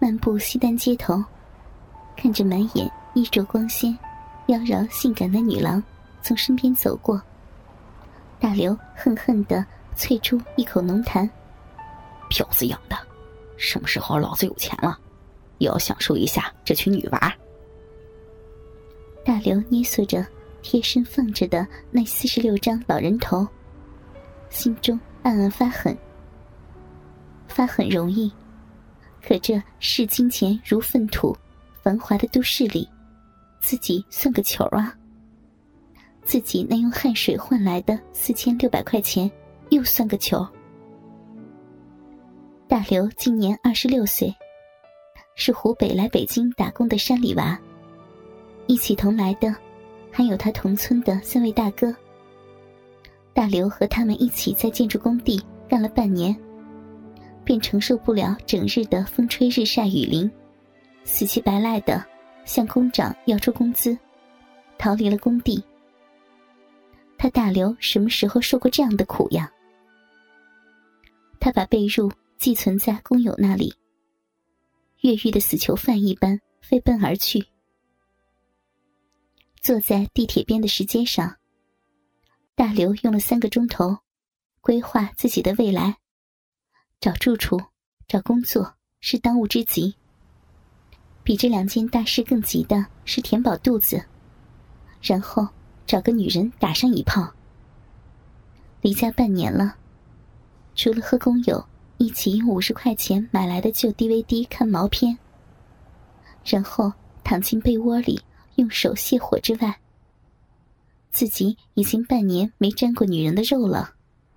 漫步西单街头，看着满眼衣着光鲜、妖娆性感的女郎从身边走过，大刘恨恨地啐出一口浓痰： 婊子养的，什么时候老子有钱了，也要享受一下这群女娃。 大刘捏缩着贴身放着的那46张老人头，心中暗暗发狠。发狠容易，可这视金钱如粪土、繁华的都市里，自己算个球啊！自己那用汗水换来的4600块钱，又算个球。大刘今年26岁，是湖北来北京打工的山里娃。一起同来的还有他同村的3位大哥。大刘和他们一起在建筑工地干了半年，便承受不了整日的风吹日晒雨淋，死乞白赖的向工长要出工资，逃离了工地。他大刘什么时候受过这样的苦呀？他把被褥寄存在工友那里，越狱的死囚犯一般飞奔而去。坐在地铁边的石阶上，大刘用了3个钟头规划自己的未来。找住处、找工作是当务之急，比这2件大事更急的是填饱肚子，然后找个女人打上一炮。离家半年了，除了和工友一起用50块钱买来的旧 DVD 看毛片，然后躺进被窝里用手泄火之外，自己已经半年没沾过女人的肉了。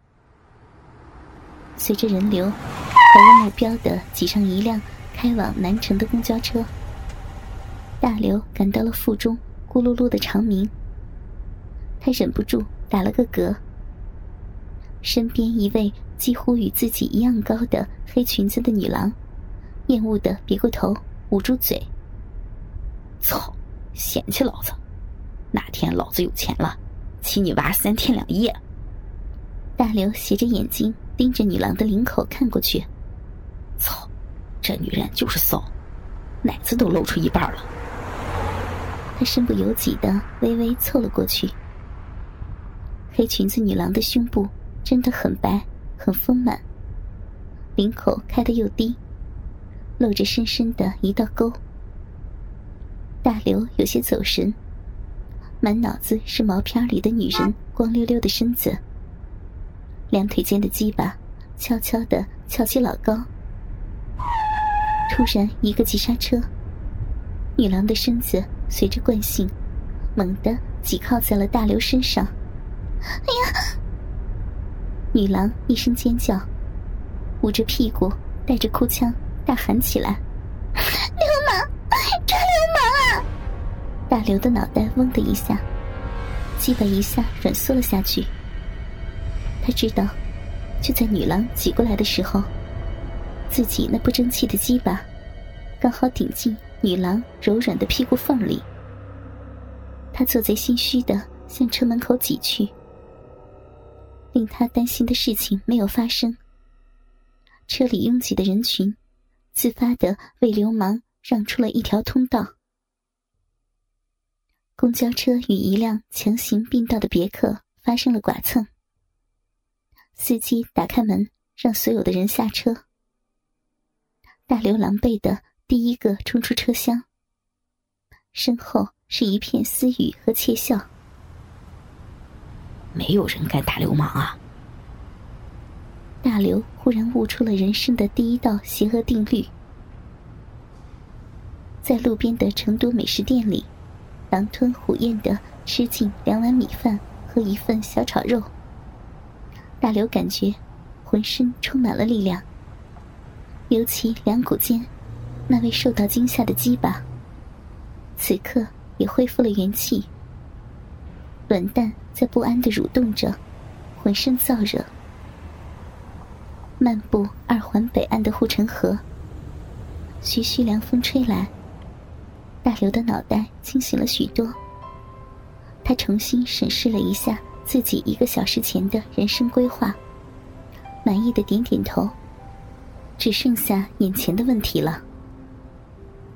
随着人流，毫无目标地挤上一辆开往南城的公交车，大刘感到了腹中咕噜噜的长鸣。他忍不住打了个嗝。身边一位几乎与自己一样高的黑裙子的女郎厌恶地别过头，捂住嘴： 操，嫌弃老子，哪天老子有钱了，请你娃3天2夜。 大刘斜着眼睛盯着女郎的领口看过去， 操，这女人就是骚，奶子都露出一半了。 他身不由己地微微凑了过去。黑裙子女郎的胸部真的很白很丰满，领口开得又低，露着深深的一道沟。大刘有些走神，满脑子是毛片里的女人光溜溜的身子，两腿间的鸡巴悄悄地翘起老高。突然一个急刹车，女郎的身子随着惯性猛地挤靠在了大刘身上。哎呀！女郎一声尖叫，捂着屁股带着哭腔大喊起来：流氓，这流氓啊！大刘的脑袋嗡的一下，鸡巴一下软缩了下去。他知道就在女郎挤过来的时候，自己那不争气的鸡巴刚好顶进女郎柔软的屁股缝里。他做贼心虚的向车门口挤去。令他担心的事情没有发生，车里拥挤的人群自发地为流氓让出了一条通道。公交车与一辆强行并道的别克发生了剐蹭，司机打开门让所有的人下车。大刘狼狈地第一个冲出车厢，身后是一片私语和窃笑。 没有人敢打流氓啊！ 大刘忽然悟出了人生的第一道邪恶定律。在路边的成都美食店里，狼吞虎咽地吃进2碗米饭和1份小炒肉。大刘感觉浑身充满了力量，尤其两股间那位受到惊吓的鸡巴，此刻也恢复了元气。卵蛋在不安地蠕动着，浑身燥热。漫步2环北岸的护城河，徐徐凉风吹来，大刘的脑袋清醒了许多。他重新审视了一下自己1个小时前的人生规划，满意的点点头。只剩下眼前的问题了。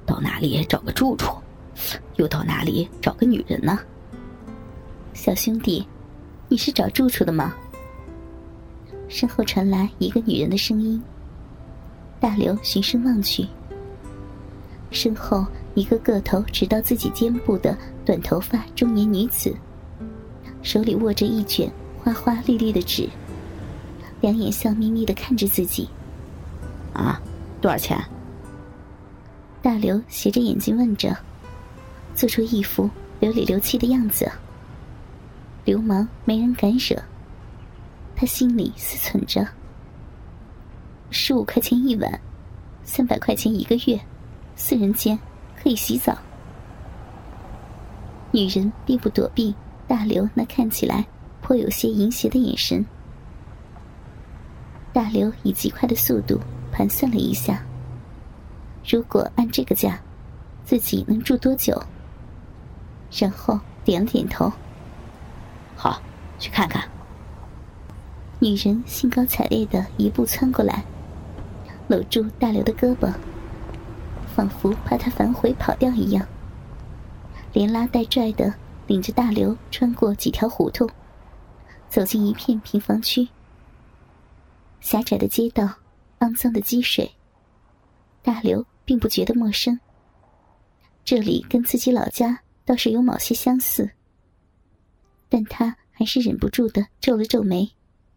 到哪里找个住处，又到哪里找个女人呢？ 小兄弟，你是找住处的吗？身后传来一个女人的声音。大刘循声望去，身后一个个头直到自己肩部的短头发中年女子，手里握着一卷花花绿绿的纸，两眼笑眯眯地看着自己。 啊，多少钱？ 大刘斜着眼睛问着，做出一副流里流气的样子。流氓没人敢惹，他心里思忖着：15块钱一晚，300块钱1个月，4人间，可以洗澡。女人并不躲避大刘那看起来颇有些淫邪的眼神。大刘以极快的速度盘算了一下，如果按这个价，自己能住多久？然后点了点头。 好，去看看。 女人兴高采烈地一步窜过来，搂住大刘的胳膊，仿佛怕他反悔跑掉一样，连拉带拽地领着大刘穿过几条胡同，走进一片平房区。狭窄的街道，肮脏的积水，大刘并不觉得陌生，这里跟自己老家倒是有某些相似，但他还是忍不住地皱了皱眉。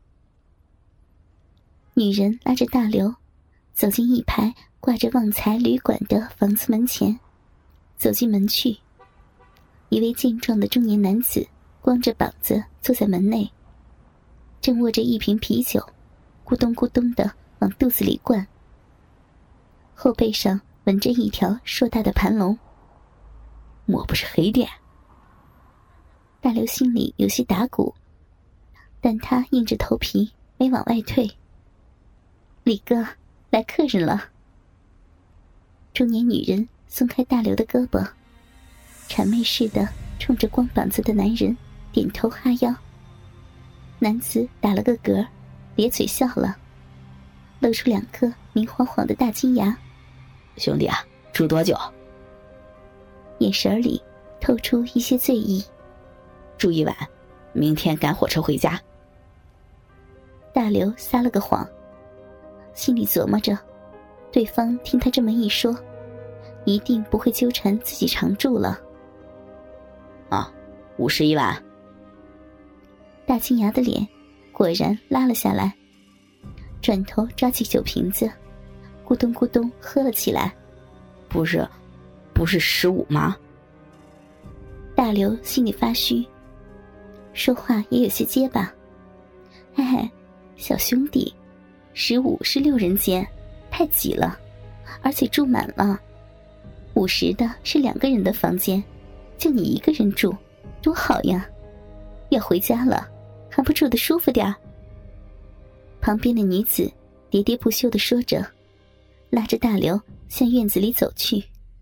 女人拉着大刘走进一排挂着旺财旅馆的房子门前，走进门去，一位健壮的中年男子光着膀子坐在门内，正握着一瓶啤酒，咕咚咕咚地往肚子里灌，后背上纹着一条硕大的盘龙。 莫不是黑店？ 大刘心里有些打鼓，但他硬着头皮没往外退。李哥，来客人了。中年女人松开大刘的胳膊，谄媚似的冲着光膀子的男人点头哈腰。男子打了个嗝，咧嘴笑了，露出2颗明晃晃的大金牙。 兄弟啊，住多久？ 眼神里透出一些醉意。 住1晚，明天赶火车回家。 大刘撒了个谎，心里琢磨着，对方听他这么一说，一定不会纠缠自己常住了。 啊，50一晚。 大金牙的脸果然拉了下来，转头抓起酒瓶子，咕咚咕咚喝了起来。 不是15吗？ 大刘心里发虚，说话也有些结巴。嘿嘿，小兄弟，15是6人间，太挤了，而且住满了。50的是2个人的房间，就你一个人住，多好呀！要回家了，还不住得舒服点儿？旁边的女子喋喋不休地说着，拉着大刘向院子里走去。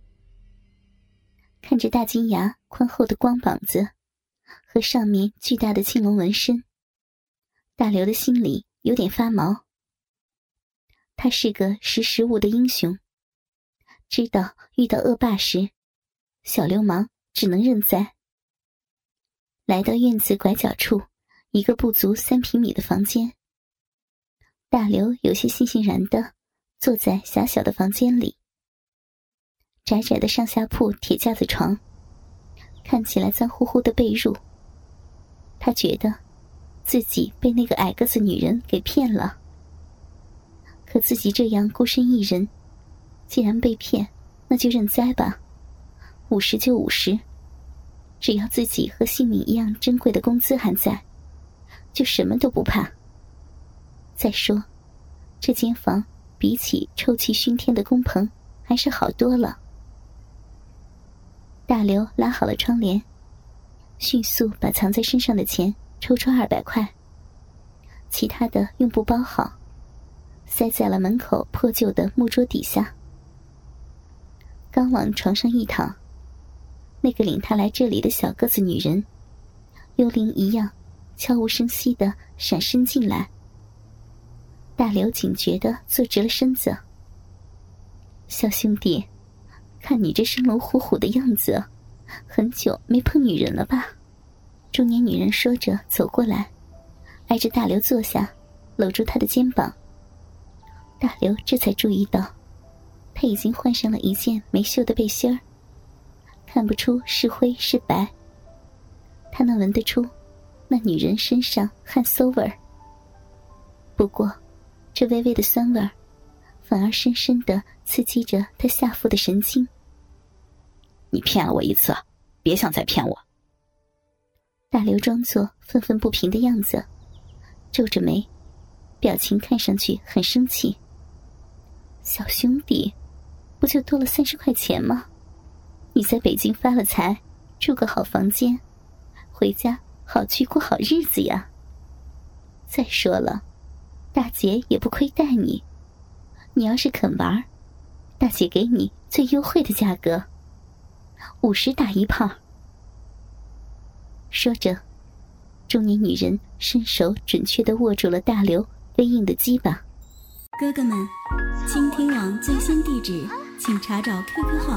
看着大金牙宽厚的光膀子和上面巨大的青龙纹身，大刘的心里有点发毛。他是个识时务的英雄，知道遇到恶霸时，小流氓只能认栽。来到院子拐角处一个不足3平米的房间，大刘有些悻悻然地坐在狭小的房间里。窄窄的上下铺铁架子床，看起来脏乎乎的被褥。他觉得自己被那个矮个子女人给骗了。可自己这样孤身一人，既然被骗，那就认栽吧。50就50，只要自己和性命一样珍贵的工资还在，就什么都不怕。再说，这间房比起臭气熏天的工棚还是好多了。大刘拉好了窗帘，迅速把藏在身上的钱抽出200块，其他的用布包好，塞在了门口破旧的木桌底下。刚往床上一躺，那个领他来这里的小个子女人幽灵一样悄无声息地闪身进来。大刘警觉地坐直了身子。小兄弟， 看你这生龙活虎的样子，很久没碰女人了吧？中年女人说着走过来，挨着大刘坐下，搂住他的肩膀。大刘这才注意到，他已经换上了一件没袖的背心儿，看不出是灰是白。他能闻得出那女人身上汗馊味儿，不过这微微的酸味儿反而深深地刺激着他下腹的神经。 你骗了我一次，别想再骗我。 大刘装作愤愤不平的样子，皱着眉，表情看上去很生气。小兄弟，不就多了30块钱吗？你在北京发了财，住个好房间，回家好去过好日子呀。再说了，大姐也不亏待你，你要是肯玩，大姐给你最优惠的价格，50打一炮。说着，中年女人伸手准确地握住了大刘微硬的鸡巴。 哥哥们，倾听网最新地址请查找 QQ 号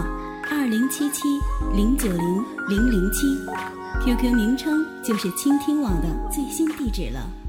2077090007，QQ 名称就是倾听网的最新地址了。